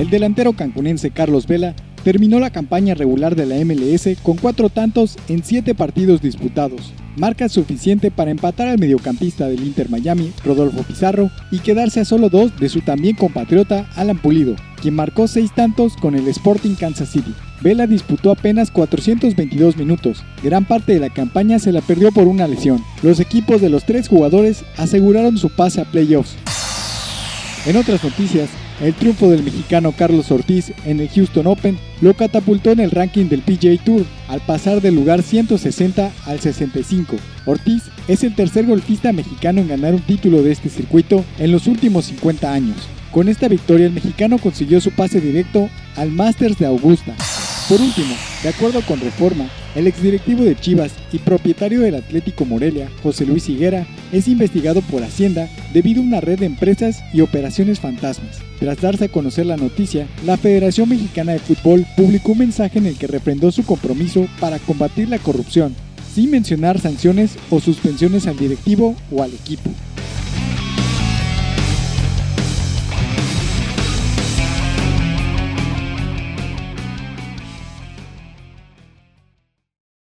El delantero cancunense Carlos Vela terminó la campaña regular de la MLS con 4 tantos en 7 partidos disputados, marca suficiente para empatar al mediocampista del Inter Miami, Rodolfo Pizarro, y quedarse a solo 2 de su también compatriota Alan Pulido, quien marcó 6 tantos con el Sporting Kansas City. Vela disputó apenas 422 minutos, gran parte de la campaña se la perdió por una lesión. Los equipos de los 3 jugadores aseguraron su pase a playoffs. En otras noticias, el triunfo del mexicano Carlos Ortiz en el Houston Open lo catapultó en el ranking del PGA Tour, al pasar del lugar 160 al 65. Ortiz es el tercer golfista mexicano en ganar un título de este circuito en los últimos 50 años. Con esta victoria el mexicano consiguió su pase directo al Masters de Augusta. Por último, de acuerdo con Reforma, el exdirectivo de Chivas y propietario del Atlético Morelia, José Luis Higuera, es investigado por Hacienda debido a una red de empresas y operaciones fantasmas. Tras darse a conocer la noticia, la Federación Mexicana de Fútbol publicó un mensaje en el que refrendó su compromiso para combatir la corrupción, sin mencionar sanciones o suspensiones al directivo o al equipo.